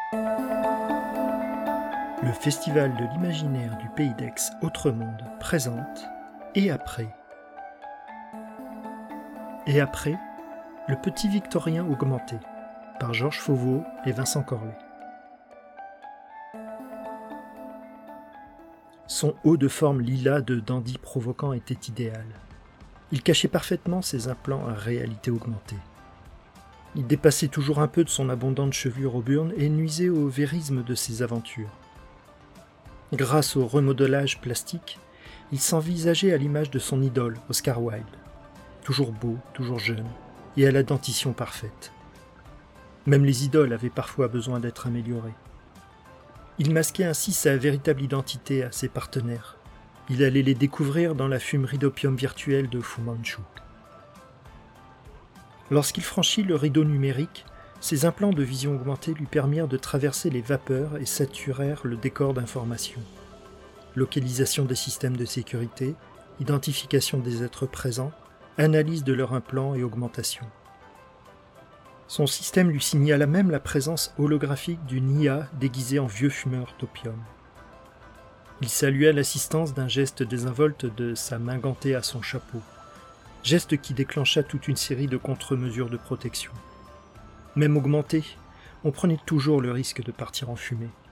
Le Festival de l'imaginaire du Pays d'Aix Autre-Monde présente Et après. Et après, le petit Victorien augmenté, par Georges Fauveau et Vincent Corlet. Son haut de forme lilas de dandy provoquant était idéal. Il cachait parfaitement ses implants à réalité augmentée. Il dépassait toujours un peu de son abondante chevelure auburne et nuisait au vérisme de ses aventures. Grâce au remodelage plastique, il s'envisageait à l'image de son idole, Oscar Wilde. Toujours beau, toujours jeune, et à la dentition parfaite. Même les idoles avaient parfois besoin d'être améliorées. Il masquait ainsi sa véritable identité à ses partenaires. Il allait les découvrir dans la fumerie d'opium virtuelle de Fu Manchu. Lorsqu'il franchit le rideau numérique, ses implants de vision augmentée lui permirent de traverser les vapeurs et saturèrent le décor d'informations. Localisation des systèmes de sécurité, identification des êtres présents, analyse de leurs implants et augmentation. Son système lui signala même la présence holographique d'une IA déguisée en vieux fumeur d'opium. Il salua l'assistance d'un geste désinvolte de sa main gantée à son chapeau, geste qui déclencha toute une série de contre-mesures de protection. Même augmenté, on prenait toujours le risque de partir en fumée.